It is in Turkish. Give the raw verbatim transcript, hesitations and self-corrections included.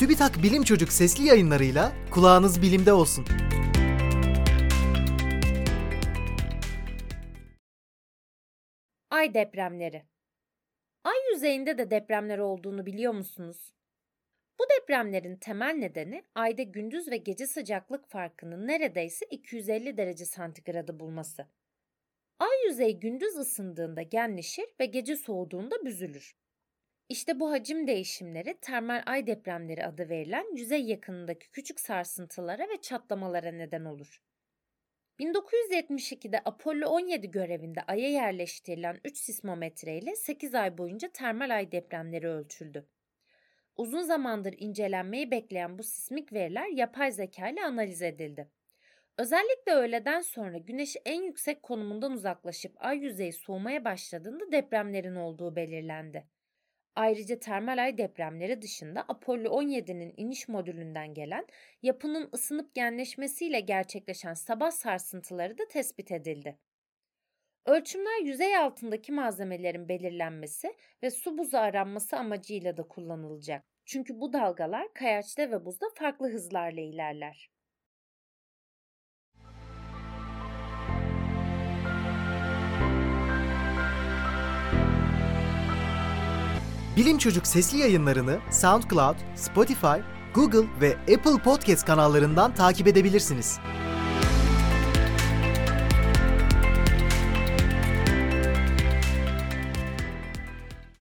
TÜBİTAK Bilim Çocuk sesli yayınlarıyla kulağınız bilimde olsun. Ay depremleri. Ay yüzeyinde de depremler olduğunu biliyor musunuz? Bu depremlerin temel nedeni Ay'da gündüz ve gece sıcaklık farkının neredeyse iki yüz elli derece santigradı bulması. Ay yüzeyi gündüz ısındığında genleşir ve gece soğuduğunda büzülür. İşte bu hacim değişimleri termal ay depremleri adı verilen yüzey yakınındaki küçük sarsıntılara ve çatlamalara neden olur. bin dokuz yüz yetmiş ikide Apollo on yedi görevinde Ay'a yerleştirilen üç sismometre ile sekiz ay boyunca termal ay depremleri ölçüldü. Uzun zamandır incelenmeyi bekleyen bu sismik veriler yapay zeka ile analiz edildi. Özellikle öğleden sonra Güneş en yüksek konumundan uzaklaşıp ay yüzeyi soğumaya başladığında depremlerin olduğu belirlendi. Ayrıca termal ay depremleri dışında Apollo on yedinin iniş modülünden gelen yapının ısınıp genleşmesiyle gerçekleşen sabah sarsıntıları da tespit edildi. Ölçümler yüzey altındaki malzemelerin belirlenmesi ve su buzu aranması amacıyla da kullanılacak. Çünkü bu dalgalar kayaçta ve buzda farklı hızlarla ilerler. Bilim Çocuk sesli yayınlarını SoundCloud, Spotify, Google ve Apple Podcast kanallarından takip edebilirsiniz.